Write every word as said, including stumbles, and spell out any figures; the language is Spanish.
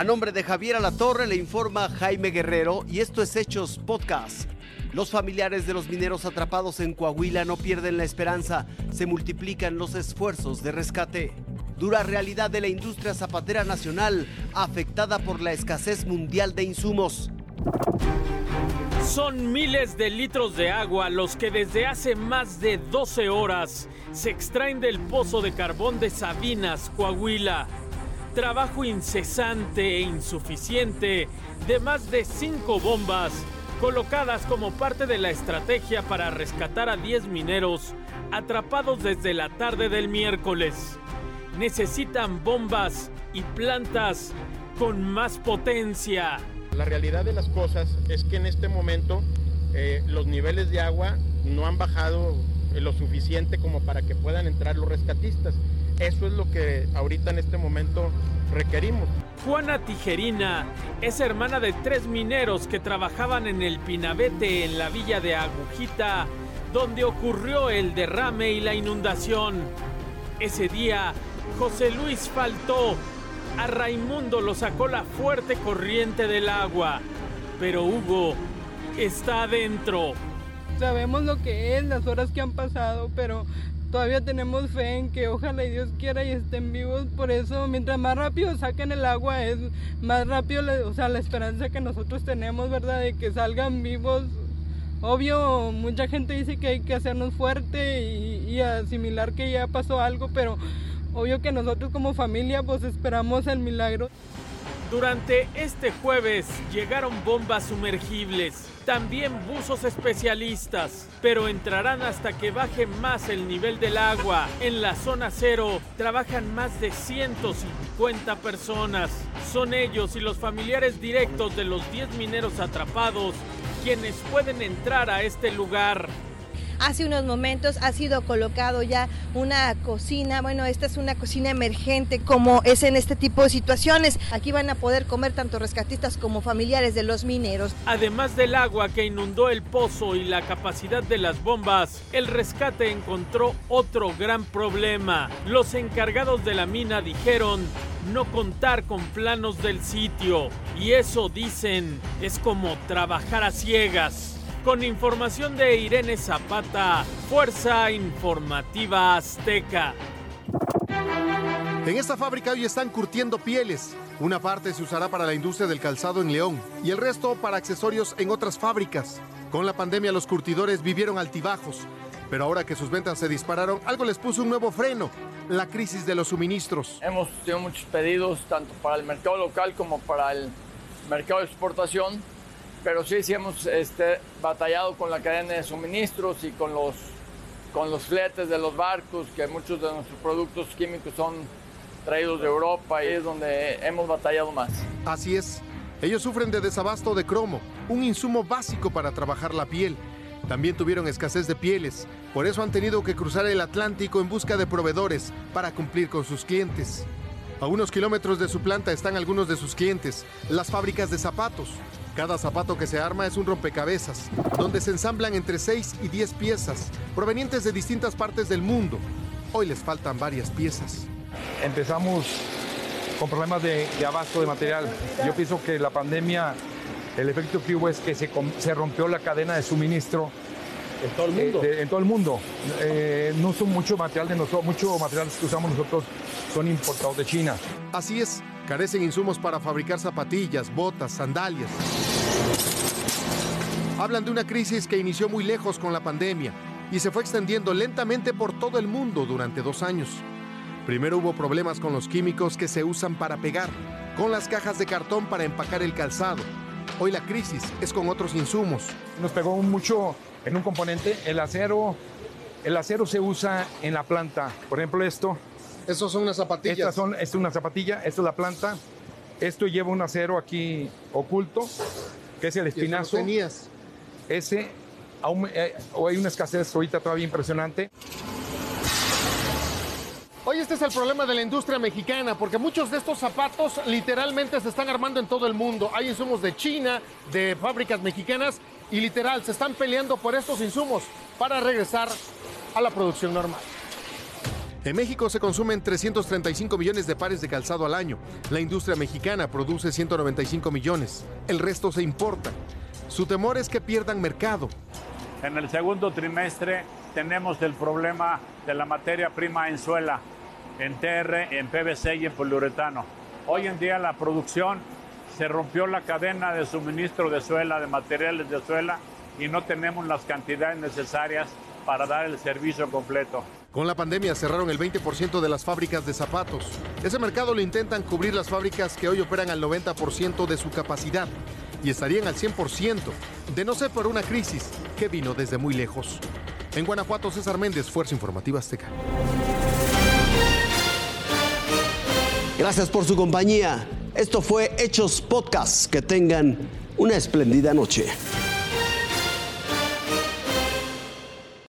nombre de Javier Alatorre le informa Jaime Guerrero y esto es Hechos Podcast. Los familiares de los mineros atrapados en Coahuila no pierden la esperanza, se multiplican los esfuerzos de rescate. Dura realidad de la industria zapatera nacional, afectada por la escasez mundial de insumos. Son miles de litros de agua los que desde hace más de doce horas se extraen del pozo de carbón de Sabinas, Coahuila. Trabajo incesante e insuficiente de más de cinco bombas colocadas como parte de la estrategia para rescatar a diez mineros atrapados desde la tarde del miércoles. Necesitan bombas y plantas con más potencia. La realidad de las cosas es que en este momento eh, los niveles de agua no han bajado lo suficiente como para que puedan entrar los rescatistas. Eso es lo que ahorita en este momento requerimos. Juana Tijerina es hermana de tres mineros que trabajaban en el Pinabete en la villa de Agujita, donde ocurrió el derrame y la inundación. Ese día, José Luis faltó. A Raimundo lo sacó la fuerte corriente del agua, pero Hugo está adentro. Sabemos lo que es, las horas que han pasado, pero todavía tenemos fe en que ojalá y Dios quiera y estén vivos. Por eso, mientras más rápido saquen el agua, es más rápido, la, o sea, la esperanza que nosotros tenemos, ¿verdad?, de que salgan vivos. Obvio, mucha gente dice que hay que hacernos fuerte y, y asimilar que ya pasó algo, pero obvio que nosotros como familia pues esperamos el milagro. Durante este jueves llegaron bombas sumergibles, también buzos especialistas, pero entrarán hasta que baje más el nivel del agua. En la zona cero trabajan más de ciento cincuenta personas. Son ellos y los familiares directos de los diez mineros atrapados quienes pueden entrar a este lugar. Hace unos momentos ha sido colocado ya una cocina, bueno, esta es una cocina emergente como es en este tipo de situaciones. Aquí van a poder comer tanto rescatistas como familiares de los mineros. Además del agua que inundó el pozo y la capacidad de las bombas, el rescate encontró otro gran problema. Los encargados de la mina dijeron no contar con planos del sitio. Y eso, dicen, es como trabajar a ciegas. Con información de Irene Zapata, Fuerza Informativa Azteca. En esta fábrica hoy están curtiendo pieles. Una parte se usará para la industria del calzado en León y el resto para accesorios en otras fábricas. Con la pandemia los curtidores vivieron altibajos, pero ahora que sus ventas se dispararon, algo les puso un nuevo freno: la crisis de los suministros. Hemos tenido muchos pedidos tanto para el mercado local como para el mercado de exportación. Pero sí, sí hemos este, batallado con la cadena de suministros y con los, con los fletes de los barcos, que muchos de nuestros productos químicos son traídos de Europa y es donde hemos batallado más. Así es, ellos sufren de desabasto de cromo, un insumo básico para trabajar la piel. También tuvieron escasez de pieles, por eso han tenido que cruzar el Atlántico en busca de proveedores para cumplir con sus clientes. A unos kilómetros de su planta están algunos de sus clientes, las fábricas de zapatos. Cada zapato que se arma es un rompecabezas, donde se ensamblan entre seis y diez piezas, provenientes de distintas partes del mundo. Hoy les faltan varias piezas. Empezamos con problemas de, de abasto de material. Yo pienso que la pandemia, el efecto que hubo es que se, se rompió la cadena de suministro. ¿En todo el mundo? Eh, de, en todo el mundo. Eh, no son mucho material de nosotros, mucho material que usamos nosotros son importados de China. Así es, carecen insumos para fabricar zapatillas, botas, sandalias. Hablan de una crisis que inició muy lejos con la pandemia y se fue extendiendo lentamente por todo el mundo durante dos años. Primero hubo problemas con los químicos que se usan para pegar, con las cajas de cartón para empacar el calzado. Hoy la crisis es con otros insumos. Nos pegó mucho en un componente, el acero. El acero se usa en la planta. Por ejemplo, esto. Estos son unas zapatillas. Estas son, esta es una zapatilla, esto es la planta. Esto lleva un acero aquí oculto, que es el espinazo. ¿Y eso lo tenías? Ese, aún, eh, hay una escasez ahorita todavía impresionante. Hoy este es el problema de la industria mexicana, porque muchos de estos zapatos literalmente se están armando en todo el mundo. Hay insumos de China, de fábricas mexicanas, y literal se están peleando por estos insumos para regresar a la producción normal. En México se consumen trescientos treinta y cinco millones de pares de calzado al año. La industria mexicana produce ciento noventa y cinco millones. El resto se importa. Su temor es que pierdan mercado. En el segundo trimestre tenemos el problema de la materia prima en suela, en T R, en P V C y en poliuretano. Hoy en día la producción se rompió la cadena de suministro de suela, de materiales de suela, y no tenemos las cantidades necesarias para dar el servicio completo. Con la pandemia cerraron el veinte por ciento de las fábricas de zapatos. Ese mercado lo intentan cubrir las fábricas que hoy operan al noventa por ciento de su capacidad y estarían al cien por ciento, de no ser por una crisis que vino desde muy lejos. En Guanajuato, César Méndez, Fuerza Informativa Azteca. Gracias por su compañía. Esto fue Hechos Podcast. Que tengan una espléndida noche.